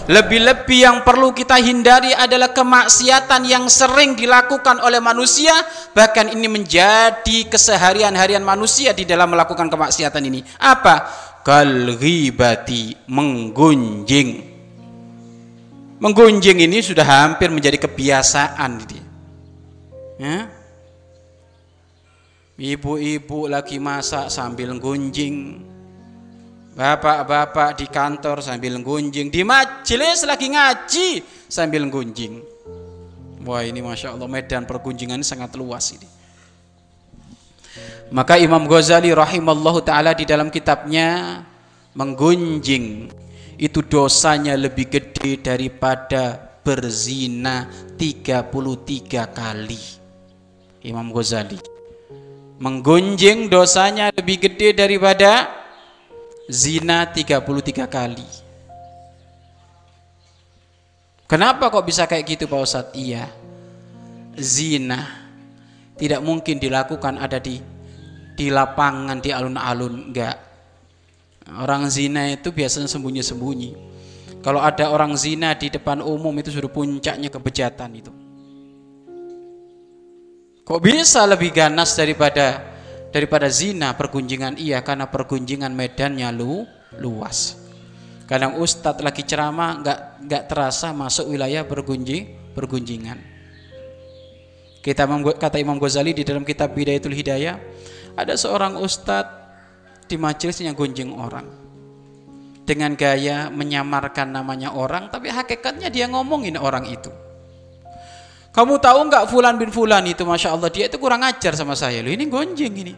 Lebih-lebih yang perlu kita hindari adalah kemaksiatan yang sering dilakukan oleh manusia, bahkan ini menjadi keseharian-harian manusia di dalam melakukan kemaksiatan ini. Apa? Kal ghibati, menggunjing. Menggunjing ini sudah hampir menjadi kebiasaan. Ya? Ibu-ibu lagi masak sambil gunjing. Bapak-bapak di kantor sambil gunjing, di majelis lagi ngaji sambil gunjing. Wah, ini Masya Allah, medan pergunjingan sangat luas ini. Maka Imam Ghazali rahimallahu ta'ala di dalam kitabnya, menggunjing itu dosanya lebih gede daripada berzina 33 kali. Imam Ghazali, menggunjing dosanya lebih gede daripada zina 33 kali. Kenapa kok bisa kayak gitu Pak Ustadz? Iya, zina tidak mungkin dilakukan ada di lapangan, di alun-alun, enggak. Orang zina itu biasanya sembunyi-sembunyi. Kalau ada orang zina di depan umum itu sudah puncaknya kebejatan itu. Kok bisa lebih ganas daripada zina pergunjingan? Iya, karena pergunjingan medannya luas. Kadang ustadz lagi ceramah nggak terasa masuk wilayah pergunjingan. Kata Imam Ghazali di dalam kitab Bidayatul Hidayah, ada seorang ustadz di majelisnya gunjing orang dengan gaya menyamarkan namanya orang, tapi hakikatnya dia ngomongin orang itu. Kamu tahu nggak Fulan bin Fulan itu, Masya Allah, dia itu kurang ajar sama saya. Loh, ini gonjing ini.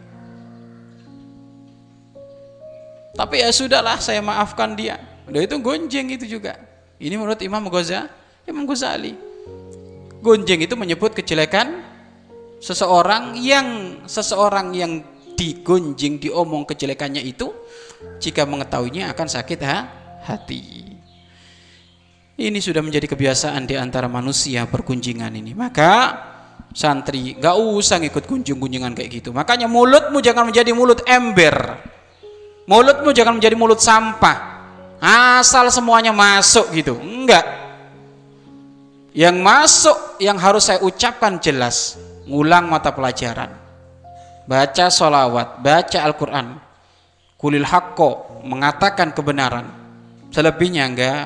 Tapi ya sudahlah, saya maafkan dia. Loh, itu gonjing itu juga. Ini menurut Imam Ghazali. Gonjing itu menyebut kejelekan seseorang yang digonjing, diomong kejelekannya itu, jika mengetahuinya akan sakit hati. Ini sudah menjadi kebiasaan di antara manusia pergunjingan ini. Maka santri gak usah ngikut gunjing-gunjingan kayak gitu. Makanya mulutmu jangan menjadi mulut ember, mulutmu jangan menjadi mulut sampah, asal semuanya masuk gitu. Enggak. Yang masuk, yang harus saya ucapkan jelas, ngulang mata pelajaran, baca sholawat, baca Al-Quran, kulil haqqo, mengatakan kebenaran. Selebihnya enggak.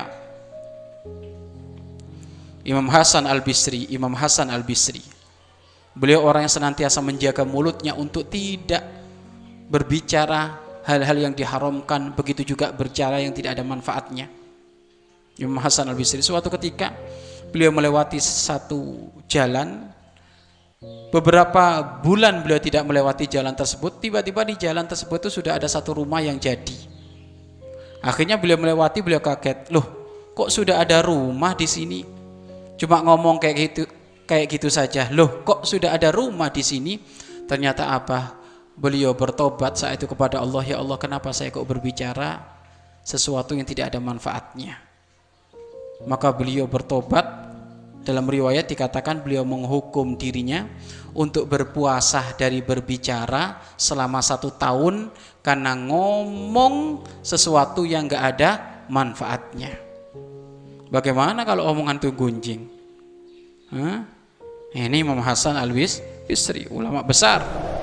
Imam Hasan Al-Bisri, beliau orang yang senantiasa menjaga mulutnya untuk tidak berbicara hal-hal yang diharamkan, begitu juga berbicara yang tidak ada manfaatnya. Imam Hasan Al-Bisri, suatu ketika beliau melewati satu jalan, beberapa bulan beliau tidak melewati jalan tersebut. Tiba-tiba di jalan tersebut itu sudah ada satu rumah yang jadi. Akhirnya beliau melewati, beliau kaget, loh kok sudah ada rumah di sini? Cuma ngomong kayak gitu saja. Loh, kok sudah ada rumah di sini? Ternyata apa? Beliau bertobat saat itu kepada Allah, ya Allah, kenapa saya kok berbicara sesuatu yang tidak ada manfaatnya? Maka beliau bertobat. Dalam riwayat dikatakan beliau menghukum dirinya untuk berpuasa dari berbicara selama 1 tahun karena ngomong sesuatu yang gak ada manfaatnya. Bagaimana kalau omongan itu gunjing? Ini Imam Hasan Al-Bisri, ulama besar.